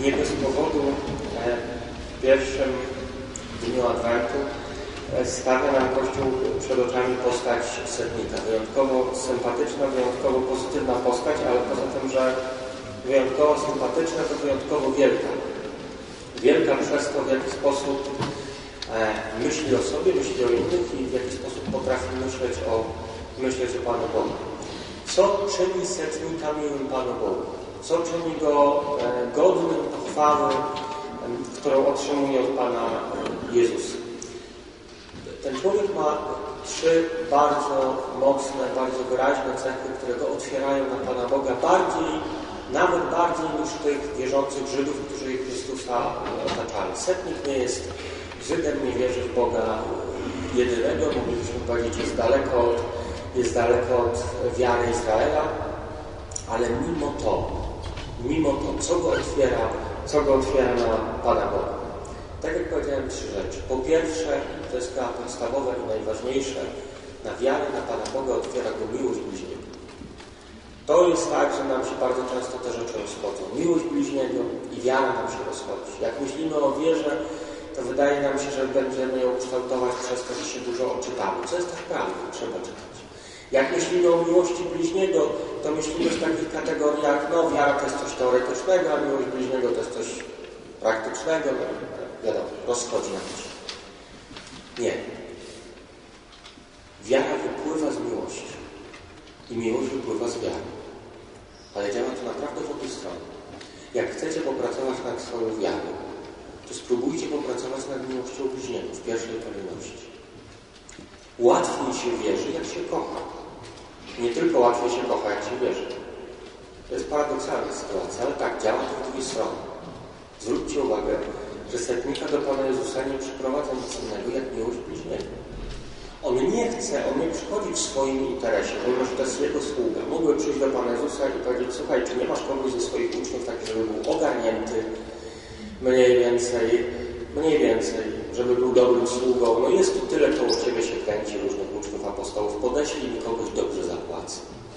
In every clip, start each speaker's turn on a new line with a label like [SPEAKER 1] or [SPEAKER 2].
[SPEAKER 1] Nie bez powodu w pierwszym dniu Adwentu stawia nam Kościół przed oczami postać setnika. Wyjątkowo sympatyczna, wyjątkowo pozytywna postać, ale poza tym, że wyjątkowo sympatyczna, to wyjątkowo wielka. Wielka przez to, w jaki sposób myśli o sobie, myśli o innych i w jaki sposób potrafi myśleć o Panu Bogu. Co czyni setnika miłym Panu Bogu? Co czyni go godnym pochwały, którą otrzymuje od Pana Jezusa? Ten człowiek ma trzy bardzo mocne, bardzo wyraźne cechy, które go otwierają na Pana Boga nawet bardziej niż tych wierzących Żydów, którzy Chrystusa otaczali. Setnik nie jest Żydem, nie wierzy w Boga jedynego, moglibyśmy powiedzieć, jest daleko od wiary Izraela, ale mimo to, co go otwiera na Pana Boga. Tak jak powiedziałem, trzy rzeczy. Po pierwsze, to jest chyba podstawowe i najważniejsze, na wiarę na Pana Boga otwiera go miłość bliźniego. To jest tak, że nam się bardzo często te rzeczy rozchodzą. Miłość bliźniego i wiara nam się rozchodzi. Jak myślimy o wierze, to wydaje nam się, że będziemy ją kształtować przez to, że się dużo odczytamy. Co jest też prawdą, trzeba czytać. Jak myślimy o miłości bliźniego, to myślimy w takich kategoriach, wiara to jest coś teoretycznego, a miłość bliźniego to jest coś praktycznego. Wiadomo, rozchodzi nam się. Nie. Wiara wypływa z miłości. I miłość wypływa z wiary. Ale działa to naprawdę w obie strony. Jak chcecie popracować nad swoją wiarą, to spróbujcie popracować nad miłością bliźniego w pierwszej kolejności. Łatwiej się wierzy, jak się kocha. Nie tylko łatwiej się kocha, jak się wierzy. To jest paradoksalna sytuacja, ale tak, działa to w drugiej stronie. Zwróćcie uwagę, że setnika do Pana Jezusa nie przyprowadza nic innego, jak miłość bliźniego. On nie przychodzi w swoim interesie, mimo że to jest jego sługa. Mógłby przyjść do Pana Jezusa i powiedzieć: słuchaj, czy nie masz kogoś ze swoich uczniów taki, żeby był ogarnięty, mniej więcej, żeby był dobrym sługą. Jest tu tyle, koło Ciebie się kręci różnych uczniów apostołów, podeślij mi kogoś, dobrze zapłacę.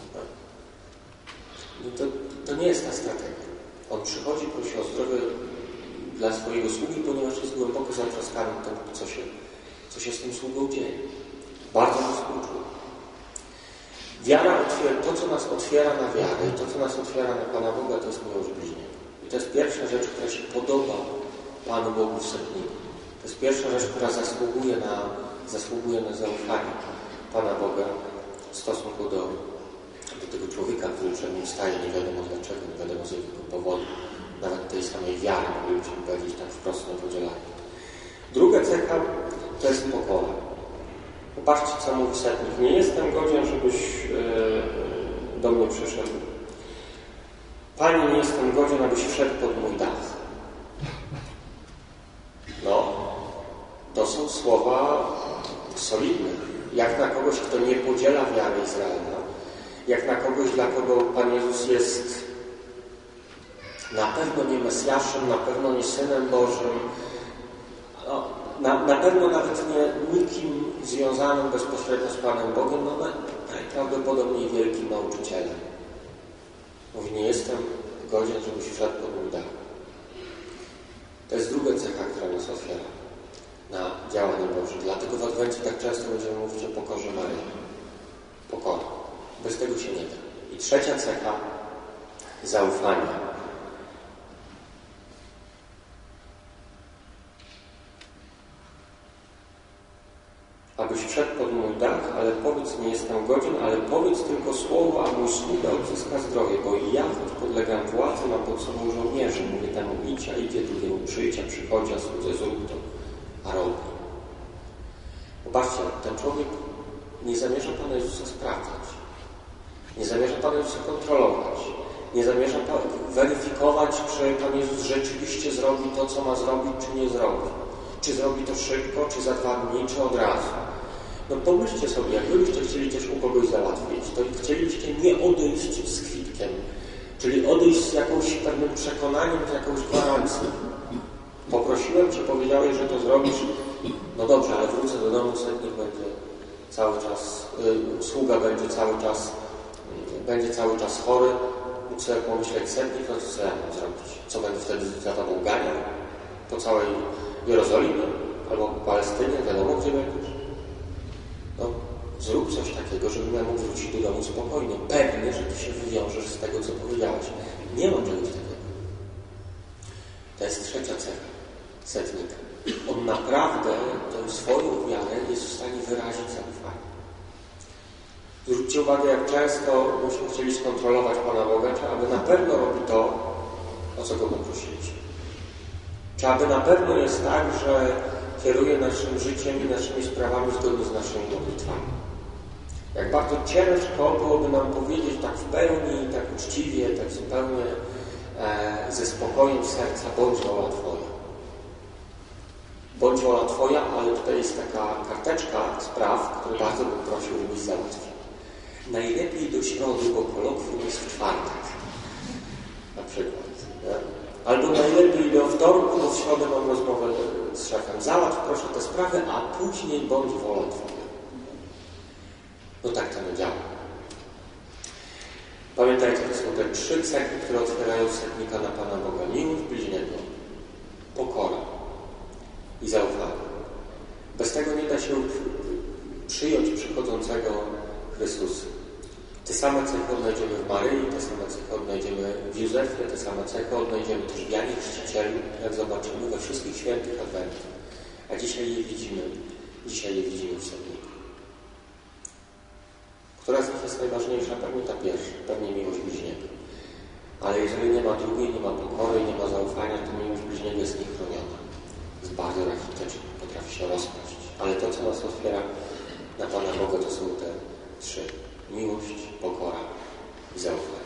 [SPEAKER 1] To nie jest ta strategia. On przychodzi, prosi o zdrowie dla swojego sługi, ponieważ jest głęboko zatroskany tym, co się z tym sługą dzieje. Bardzo mu współczuję. Wiara, to co nas otwiera na wiarę i to co nas otwiera na Pana Boga, to jest miłość bliźniego. I to jest pierwsza rzecz, która się podoba Panu Bogu w setniku. To jest pierwsza rzecz, która zasługuje na zaufanie Pana Boga w stosunku do tego człowieka, który przed nim staje, nie wiadomo dlaczego, nie wiadomo z jakiego powodu. Nawet tej samej wiary, moglibyśmy powiedzieć, tak wprost nie podzielają. Druga cecha to jest pokora. Popatrzcie, co mówi setnik. Nie jestem godzien, żebyś do mnie przyszedł. Panie, nie jestem godzien, abyś wszedł pod mój dach. To są słowa solidne. Jak na kogoś, kto nie podziela wiary Izraela, jak na kogoś, dla kogo Pan Jezus jest na pewno nie Mesjaszem, na pewno nie Synem Bożym, na pewno nawet nie nikim związanym bezpośrednio z Panem Bogiem, najprawdopodobniej wielkim nauczycielem. Mówi: nie jestem godzien, żebyś wszedł pod mój dach. To jest druga cecha, która nas otwiera na działanie Boże. Dlatego w Adwencie tak często będziemy mówić o pokorze Maryi. Pokora. Bez tego się nie da. I trzecia cecha, zaufanie. Abyś wszedł pod mój dach, ale powiedz, nie jestem godzien, ale powiedz tylko słowo, a mój sługa odzyska zdrowie, bo i ja, choć podlegam władzy, mam pod sobą żołnierzy. Mówię temu: idź, a idzie, drugiemu przyjdź, a przychodzi, a słudze zrób to, a robi. Popatrzcie, ten człowiek nie zamierza Pana Jezusa sprawdzać. Nie zamierza Pana Jezusa kontrolować. Nie zamierza weryfikować, czy Pan Jezus rzeczywiście zrobi to, co ma zrobić, czy nie zrobi. Czy zrobi to szybko, czy za 2 dni, czy od razu. Pomyślcie sobie, jak byście chcieli coś u kogoś załatwić, to chcieliście nie odejść z kwitkiem, czyli odejść z jakimś pewnym przekonaniem, z jakąś gwarancją. Poprosiłem Cię, powiedziałeś, że to zrobisz. Dobrze, ale wrócę do domu, setnik będzie cały czas, sługa będzie cały czas chory. co jak pomyśleć setnik, no to co ja mam zrobić? Co będę wtedy za tobą ganiał? Po całej Jerozolimie? Albo po Palestynie? Wiadomo, gdzie będziesz? No, zrób coś takiego, żebym ja mógł wrócić do domu spokojnie. Pewnie, że ty się wywiążesz z tego, co powiedziałeś. Nie ma czegoś takiego. To jest trzecia cecha setnika. On naprawdę tę swoją wiarę jest w stanie wyrazić zaufanie. Zwróćcie uwagę, jak często myśmy chcieli skontrolować Pana Boga, czy aby na pewno robi to, o co Go poprosiliśmy. Czy aby na pewno jest tak, że kieruje naszym życiem i naszymi sprawami zgodnie z naszymi modlitwami. Jak bardzo ciężko byłoby nam powiedzieć tak w pełni, tak uczciwie, tak zupełnie ze spokojem serca, bądź wola Twoja. Bądź wola Twoja, ale tutaj jest taka karteczka spraw, które bardzo bym prosił, żebyś załatwił. Najlepiej do środy, bo kolokwium jest w czwartek. Na przykład. Nie? Albo najlepiej do wtorku, bo w środę mam rozmowę z szefem. Załatw proszę tę sprawę, a później bądź wola Twoja. No tak to nie działa. Pamiętajcie, to są te 3 cechy, które otwierają setnika na Pana Boga. Miłość bliźniego, pokora i zaufanie. Bez tego nie da się przyjąć przychodzącego Chrystusa. Te same cechy odnajdziemy w Maryi, te same cechy odnajdziemy w Józefie, te same cechy odnajdziemy też w Janie Chrzcicielu, jak zobaczymy, we wszystkich świętych Adwentach. A dzisiaj je widzimy w setniku. Która z nich jest najważniejsza? Pewnie ta pierwsza, pewnie miłość bliźniego. Ale jeżeli nie ma drugiej, nie ma pokory, nie ma zaufania, to miłość bliźniego jest niechroniona. Jest bardzo rachityczna, potrafi się rozpaść. Ale to, co nas otwiera na Pana Boga, to są te 3. Miłość, pokora i zaufanie.